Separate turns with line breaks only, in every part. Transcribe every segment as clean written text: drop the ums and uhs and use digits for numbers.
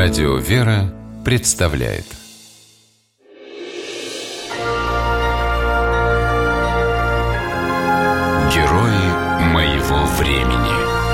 Радио «Вера» представляет Герои моего времени.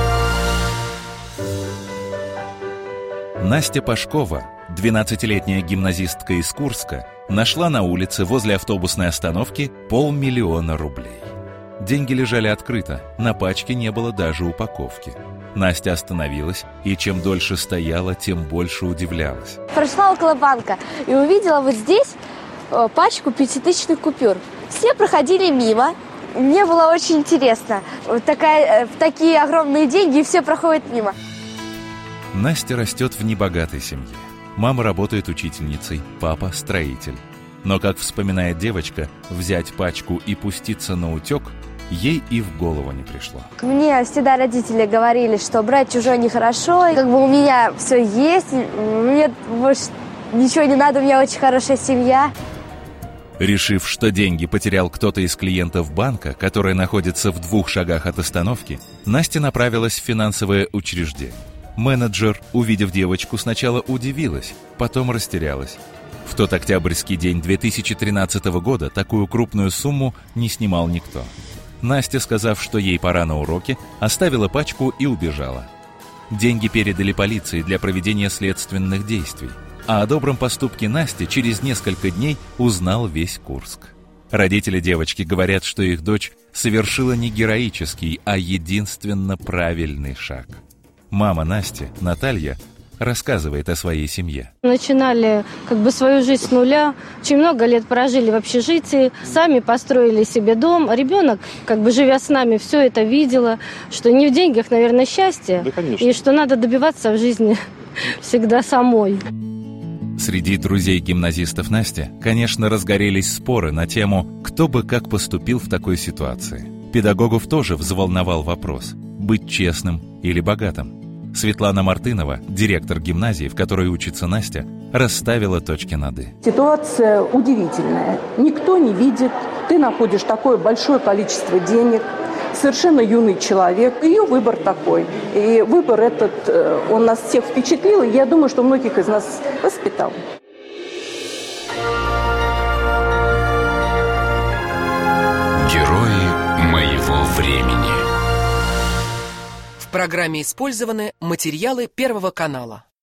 Настя Пашкова, 12-летняя гимназистка из Курска, нашла на улице возле автобусной остановки 500 000 рублей. Деньги лежали открыто, на пачке не было даже упаковки. Настя остановилась, и чем дольше стояла, тем больше удивлялась.
Прошла около банка и увидела вот здесь пачку 5000-ных купюр. Все проходили мимо. Мне было очень интересно. Такие огромные деньги, и все проходят мимо.
Настя растет в небогатой семье. Мама работает учительницей, папа – строитель. Но, как вспоминает девочка, взять пачку и пуститься наутек ей и в голову не пришло.
Мне всегда родители говорили, что брать чужое нехорошо. И у меня все есть, мне больше ничего не надо, у меня очень хорошая семья.
Решив, что деньги потерял кто-то из клиентов банка, который находится в 2 шагах от остановки, Настя направилась в финансовое учреждение. Менеджер, увидев девочку, сначала удивилась, потом растерялась. В тот октябрьский день 2013 года такую крупную сумму не снимал никто. Настя, сказав, что ей пора на уроки, оставила пачку и убежала. Деньги передали полиции для проведения следственных действий. А о добром поступке Насти через несколько дней узнал весь Курск. Родители девочки говорят, что их дочь совершила не героический, а единственно правильный шаг. Мама Насти, Наталья, рассказывает о своей семье.
Начинали свою жизнь с нуля, очень много лет прожили в общежитии, сами построили себе дом. Ребенок, живя с нами, все это видела, что не в деньгах, наверное, счастье, да, и что надо добиваться в жизни всегда самой.
Среди друзей гимназистов Насти, конечно, разгорелись споры на тему, кто бы как поступил в такой ситуации. Педагогов тоже взволновал вопрос – быть честным или богатым. Светлана Мартынова, директор гимназии, в которой учится Настя, расставила точки над «и».
Ситуация удивительная. Никто не видит. Ты находишь такое большое количество денег. Совершенно юный человек. Ее выбор такой. И выбор этот, он нас всех впечатлил. И я думаю, что многих из нас воспитал.
Герои моего времени.
В программе использованы материалы Первого канала.